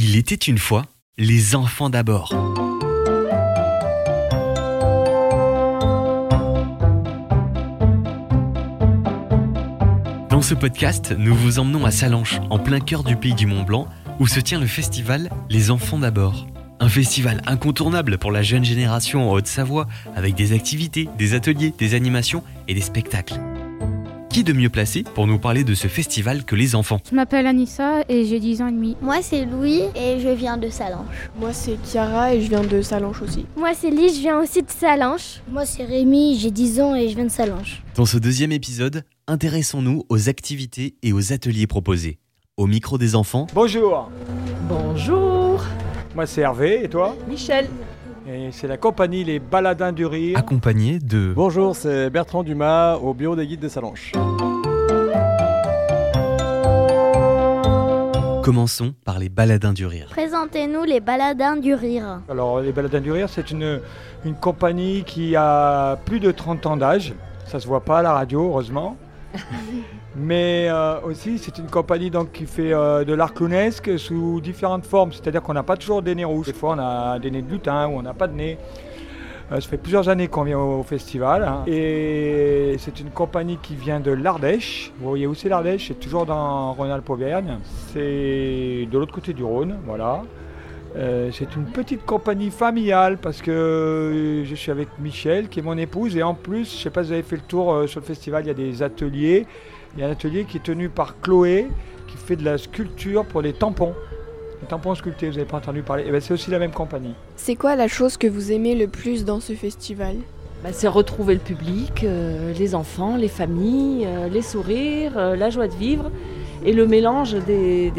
Il était une fois les enfants d'abord. Dans ce podcast, nous vous emmenons à Sallanches, en plein cœur du pays du Mont-Blanc, où se tient le festival Les Enfants d'abord. Un festival incontournable pour la jeune génération en Haute-Savoie, avec des activités, des ateliers, des animations et des spectacles. Qui de mieux placé pour nous parler de ce festival que les enfants ? Je m'appelle Anissa et j'ai 10 ans et demi. Moi c'est Louis et je viens de Sallanches. Moi c'est Chiara et je viens de Sallanches aussi. Moi c'est Lise, je viens aussi de Sallanches. Moi c'est Rémi, j'ai 10 ans et je viens de Sallanches. Dans ce deuxième épisode, intéressons-nous aux activités et aux ateliers proposés. Au micro des enfants. Bonjour. Bonjour. Moi c'est Hervé et toi ? Michel. Et c'est la compagnie Les Baladins du Rire. Accompagné de... Bonjour, c'est Bertrand Dumas au bureau des guides de Sallanches. Commençons par les Baladins du Rire. Présentez-nous les Baladins du Rire. Alors les Baladins du Rire, c'est une compagnie qui a plus de 30 ans d'âge. Ça se voit pas à la radio, heureusement. Mais aussi, c'est une compagnie donc, qui fait de l'art clownesque sous différentes formes. C'est-à-dire qu'on n'a pas toujours des nez rouges. Des fois, on a des nez de lutin ou on n'a pas de nez. Ça fait plusieurs années qu'on vient au festival. Hein. Et c'est une compagnie qui vient de l'Ardèche. Vous voyez où c'est l'Ardèche ? C'est toujours dans Rhône-Alpes-Auvergne. C'est de l'autre côté du Rhône, voilà. C'est une petite compagnie familiale parce que je suis avec Michel qui est mon épouse et en plus, je ne sais pas si vous avez fait le tour sur le festival, il y a des ateliers. Il y a un atelier qui est tenu par Chloé qui fait de la sculpture pour les tampons. Les tampons sculptés, vous n'avez pas entendu parler. Et bien, c'est aussi la même compagnie. C'est quoi la chose que vous aimez le plus dans ce festival ? C'est retrouver le public, les enfants, les familles, les sourires, la joie de vivre et le mélange de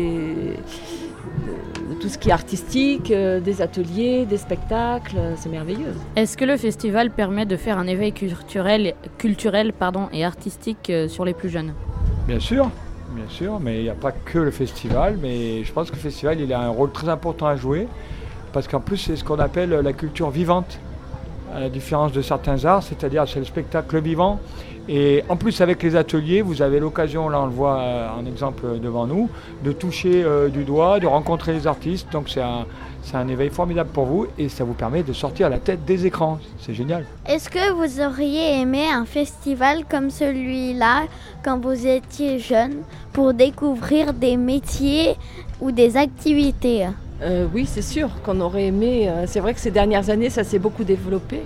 tout ce qui est artistique, des ateliers, des spectacles, c'est merveilleux. Est-ce que le festival permet de faire un éveil culturel et artistique sur les plus jeunes ? Bien sûr, mais il n'y a pas que le festival, mais je pense que le festival il a un rôle très important à jouer, parce qu'en plus c'est ce qu'on appelle la culture vivante, à la différence de certains arts, c'est-à-dire c'est le spectacle vivant. Et en plus avec les ateliers, vous avez l'occasion, là on le voit en exemple devant nous, de toucher du doigt, de rencontrer les artistes. Donc c'est un éveil formidable pour vous et ça vous permet de sortir la tête des écrans. C'est génial. Est-ce que vous auriez aimé un festival comme celui-là quand vous étiez jeune pour découvrir des métiers ou des activités ? Oui, c'est sûr qu'on aurait aimé. C'est vrai que ces dernières années, ça s'est beaucoup développé.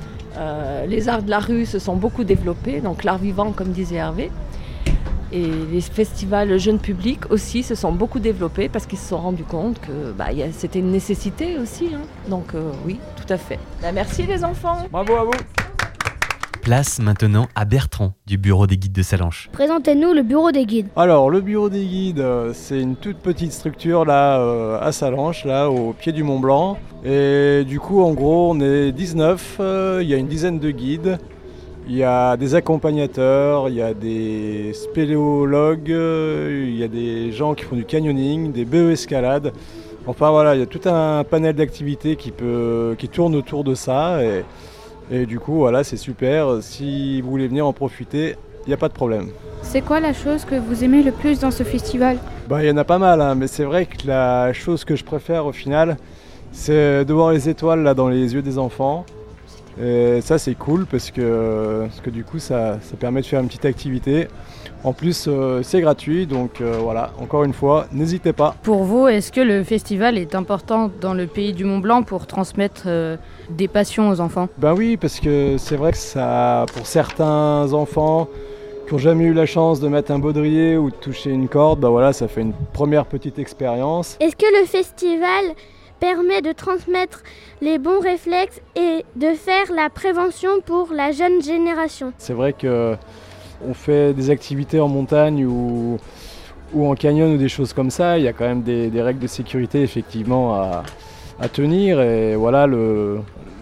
Les arts de la rue se sont beaucoup développés, donc l'art vivant comme disait Hervé. Et les festivals jeunes publics aussi se sont beaucoup développés parce qu'ils se sont rendus compte que c'était une nécessité aussi. Hein. Donc oui, tout à fait. Merci les enfants. Bravo à vous. Place maintenant à Bertrand du bureau des guides de Sallanches. Présentez-nous le bureau des guides. Alors le bureau des guides, c'est une toute petite structure là à Sallanches, là au pied du Mont Blanc. Et du coup en gros on est 19, il y a une dizaine de guides. Il y a des accompagnateurs, il y a des spéléologues, il y a des gens qui font du canyoning, des BE-escalade. Enfin voilà, il y a tout un panel d'activités qui tourne autour de ça. Et du coup, voilà, c'est super. Si vous voulez venir en profiter, il n'y a pas de problème. C'est quoi la chose que vous aimez le plus dans ce festival ? Il y en a pas mal, hein, mais c'est vrai que la chose que je préfère au final, c'est de voir les étoiles là, dans les yeux des enfants. Et ça, c'est cool parce que du coup, ça permet de faire une petite activité. En plus, c'est gratuit, donc voilà, encore une fois, n'hésitez pas. Pour vous, est-ce que le festival est important dans le pays du Mont-Blanc pour transmettre des passions aux enfants ? Ben oui, parce que c'est vrai que ça, pour certains enfants qui n'ont jamais eu la chance de mettre un baudrier ou de toucher une corde, voilà, ça fait une première petite expérience. Est-ce que le festival permet de transmettre les bons réflexes et de faire la prévention pour la jeune génération ? C'est vrai que on fait des activités en montagne ou en canyon ou des choses comme ça, il y a quand même des règles de sécurité effectivement à tenir. Et voilà, le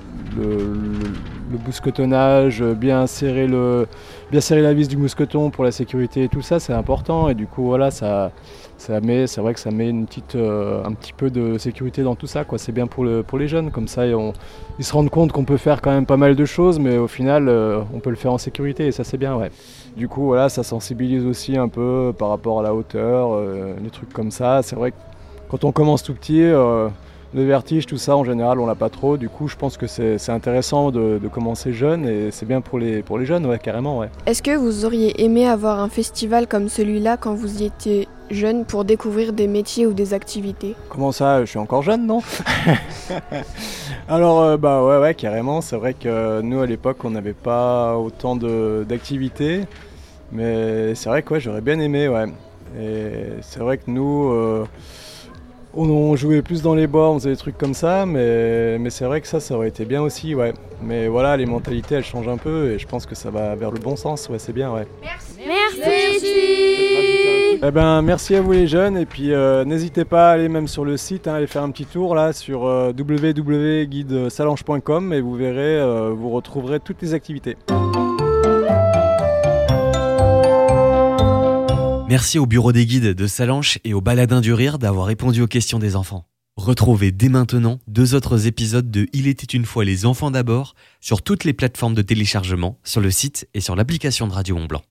mousquetonnage, bien serrer la vis du mousqueton pour la sécurité et tout ça, c'est important. Et du coup, voilà, c'est vrai que ça met un petit peu de sécurité dans tout ça, quoi. C'est bien pour les jeunes, comme ça ils se rendent compte qu'on peut faire quand même pas mal de choses, mais au final, on peut le faire en sécurité et ça c'est bien, ouais. Du coup, voilà, ça sensibilise aussi un peu par rapport à la hauteur, des trucs comme ça. C'est vrai que quand on commence tout petit, le vertige, tout ça, en général, on l'a pas trop. Du coup, je pense que c'est intéressant de commencer jeune et c'est bien pour les jeunes, ouais, carrément, ouais. Est-ce que vous auriez aimé avoir un festival comme celui-là quand vous y étiez jeune pour découvrir des métiers ou des activités ? Comment ça ? Je suis encore jeune, non ? Alors, ouais, carrément. C'est vrai que nous, à l'époque, on n'avait pas autant d'activités. Mais c'est vrai que ouais, j'aurais bien aimé, ouais. Et c'est vrai que nous, on jouait plus dans les bois, on faisait des trucs comme ça, mais c'est vrai que ça aurait été bien aussi, ouais. Mais voilà, les mentalités, elles changent un peu et je pense que ça va vers le bon sens, ouais, c'est bien, ouais. Merci. Eh ben, merci à vous les jeunes et puis n'hésitez pas à aller même sur le site, aller faire un petit tour là sur www.guidesalange.com et vous verrez, vous retrouverez toutes les activités. Merci au Bureau des guides de Sallanches et au Baladin du Rire d'avoir répondu aux questions des enfants. Retrouvez dès maintenant 2 autres épisodes de Il était une fois les enfants d'abord sur toutes les plateformes de téléchargement, sur le site et sur l'application de Radio Mont Blanc.